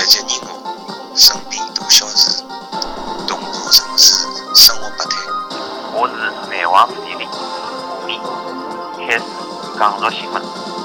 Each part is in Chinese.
节任务，身边大小事，动画城市生活百态。 我是难忘之地理吴宓，开始讲述新闻。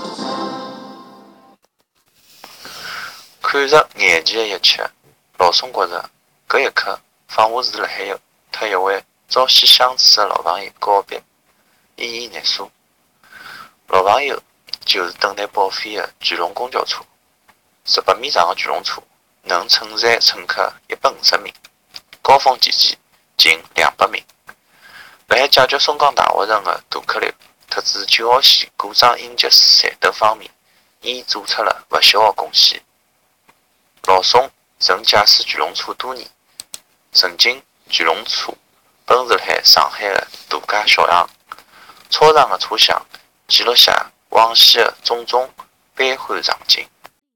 看着眼前的一切，老宋觉着搿一刻仿佛是辣海和一位朝夕相处的老朋友告别，依依难舍。老朋友就是等待报废的巨龙公交车，18米长的巨龙车能承载乘客150名，高峰期间近200名。辣海解决松江大学城的大客流特指9号线故障应急站等方面，伊做出了不小的贡献。老宋曾驾驶巨龙车多年，曾经巨龙车奔驰辣上海的大街小巷，超长的车厢记录下往昔的种种悲欢场景。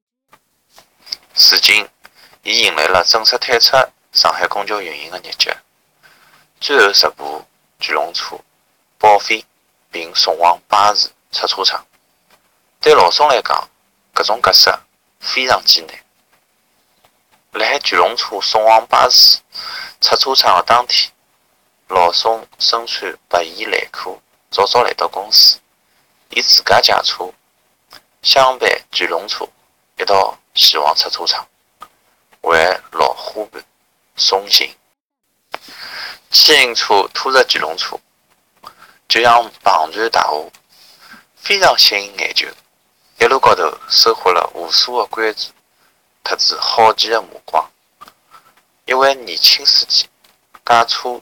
如今，伊迎来了正式退出上海公交运营的日脚，最后10部巨龙车报废并送往巴士出车厂。对老宋来讲，搿种角色非常艰难。辣海巨龙车送往巴士出车厂的当天，老宋身穿白衣蓝裤，早早来到公司，伊自家驾车，相伴巨龙车一道前往出车厂，为老伙伴送行。牵引车拖着巨龙车，就像庞然大物，非常吸引眼球，一路高头收获了无数的关注，特指好奇的目光。一位年轻司机驾车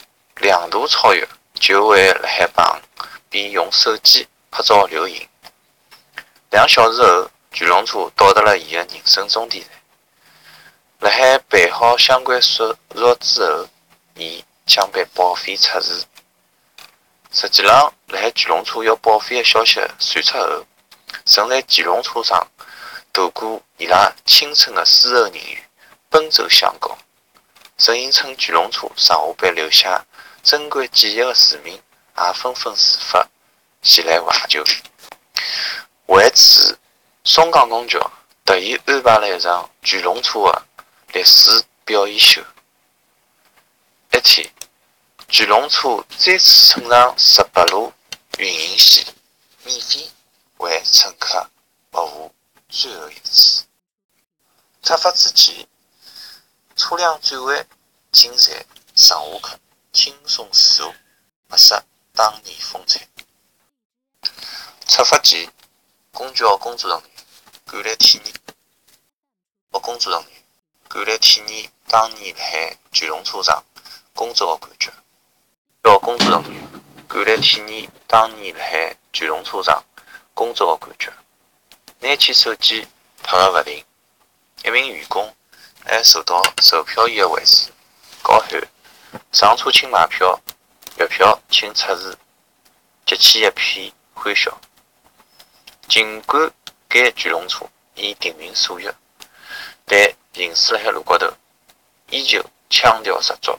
2度超越，就为辣海旁边用手机拍照留影。2小时后，巨龙车到达了伊的人生终点站。辣海办好相关手续之后，伊将被报废出市。实际上，辣海巨龙车要报废的消息传出后，曾在巨龙车上度过伊拉青春的丝绸人鱼奔走相告。曾因乘巨龙车上下班留下珍贵记忆的市民也纷纷自发前来怀旧。为此，松江公交特意安排了一场巨龙车的历史表演秀。一天，巨龙车再次乘上18路运营线，免费为乘客服务最后一次。出发之前，车辆转换进站上下客轻松自如，不失当年风采。出发前，公交工作人员赶来体验当年辣海巨龙车上工作的感觉。拿起手机拍个勿停，一名员工还受到售票员的回视，高喊上车请买票，月票请出示，激起一片欢笑。尽管该巨龙车已定名所有，但行驶辣海路高头依旧腔调十足。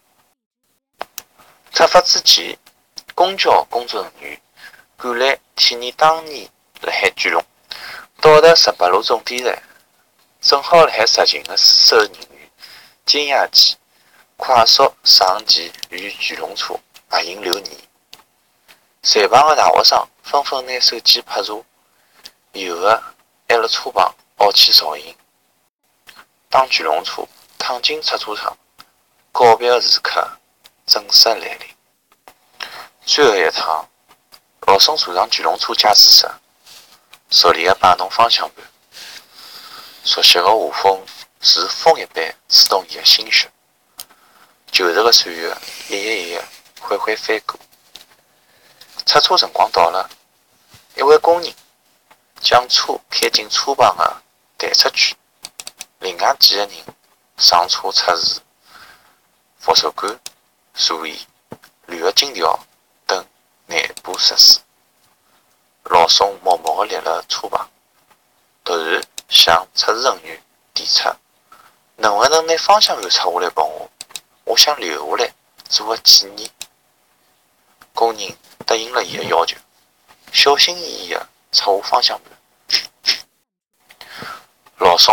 出发之前，公交工作人员赶来体验当年辣海巨龙。到达18路终点站，正好辣海执勤的收人员惊讶间快速上前与巨龙车合影留念。站旁的大学生纷纷拿手机拍摄，有的还辣车旁凹起照影。当巨龙车躺进出车场，告别的时刻正式来临。最后一趟，老宋坐上巨龙车驾驶室，熟练地摆弄方向盘，熟悉的画风如风一般刺痛伊的心血。旧日的岁月一页一页缓缓翻过。出车辰光到了，一位工人将车开进车旁的弹出区，另外几个人上车测试扶手杆、座椅、铝的金条等内部设施。老宋默默地立了车旁，突然向测试人员提出：能不能拿方向盘拆下来帮我？我想留下来做个纪念。工人答应了伊的要求，小心翼翼地拆下方向盘。老宋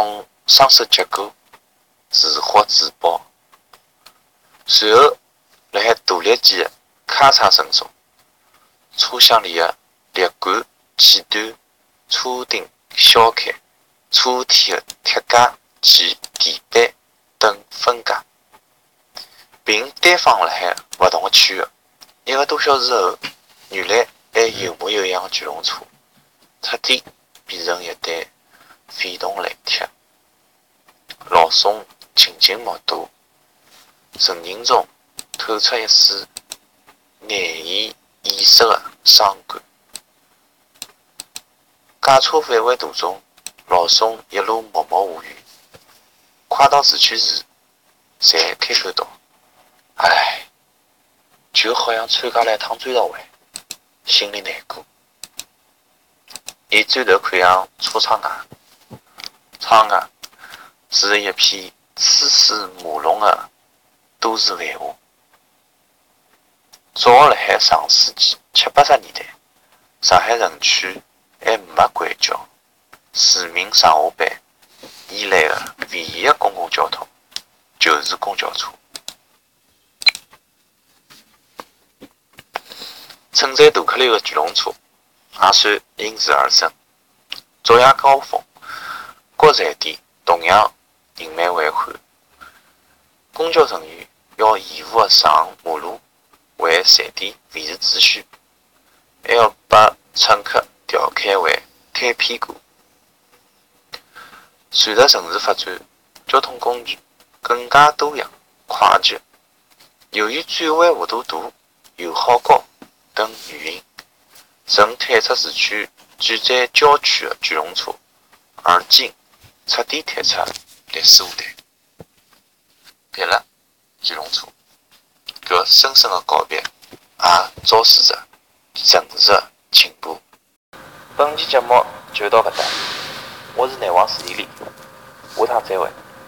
双手结构自获自保，随后辣海大力机的咔嚓声中，车厢里的裂管、气端、车顶削开，车体的铁架及地板等分解，并堆放辣海勿同的区域。1个多小时后，原来还有模有样的巨龙车彻底变成一堆废铜烂铁。老宋静静目睹，人群中透出一丝难以掩饰的伤感。驾车返回途中，老宋一路默默无语。快到市区时，才开口道：“唉，就好像参加了一趟追悼会，心里难过。”伊转头看向车窗外，窗外是一片车水马龙的都市繁华。早辣海上世纪70、80年代，上海城区还没轨交，市民上下班依赖的唯一的公共交通就是公交车。承载大客流的巨龙车也算因时而生。昨夜高峰，各站点同样人满为患，公交人员要义务的上马路为站点维持秩序，还要把乘客调侃为开屁股。随着城市发展，交通工具更加多样快捷。由于转弯弧度大、油耗高等原因，曾退出市区转载郊区的巨龙车，而今彻底退出历史舞台。对了，巨龙车，搿深深的告别，也昭示着城市的进步。本期节目就到搿搭，我是难忘史蒂利，下趟再会。